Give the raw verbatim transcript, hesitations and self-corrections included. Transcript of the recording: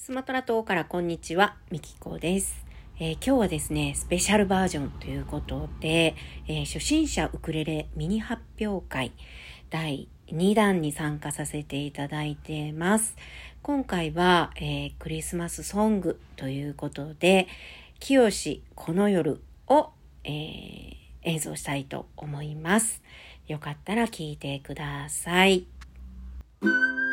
スマトラ島からこんにちは、みきこです、えー、今日はですねスペシャルバージョンということで、えー、初心者ウクレレミニ発表会だいにだんに参加させていただいてます。今回は、えー、クリスマスソングということで清この夜を、えー、演奏したいと思います。よかったら聴いてください。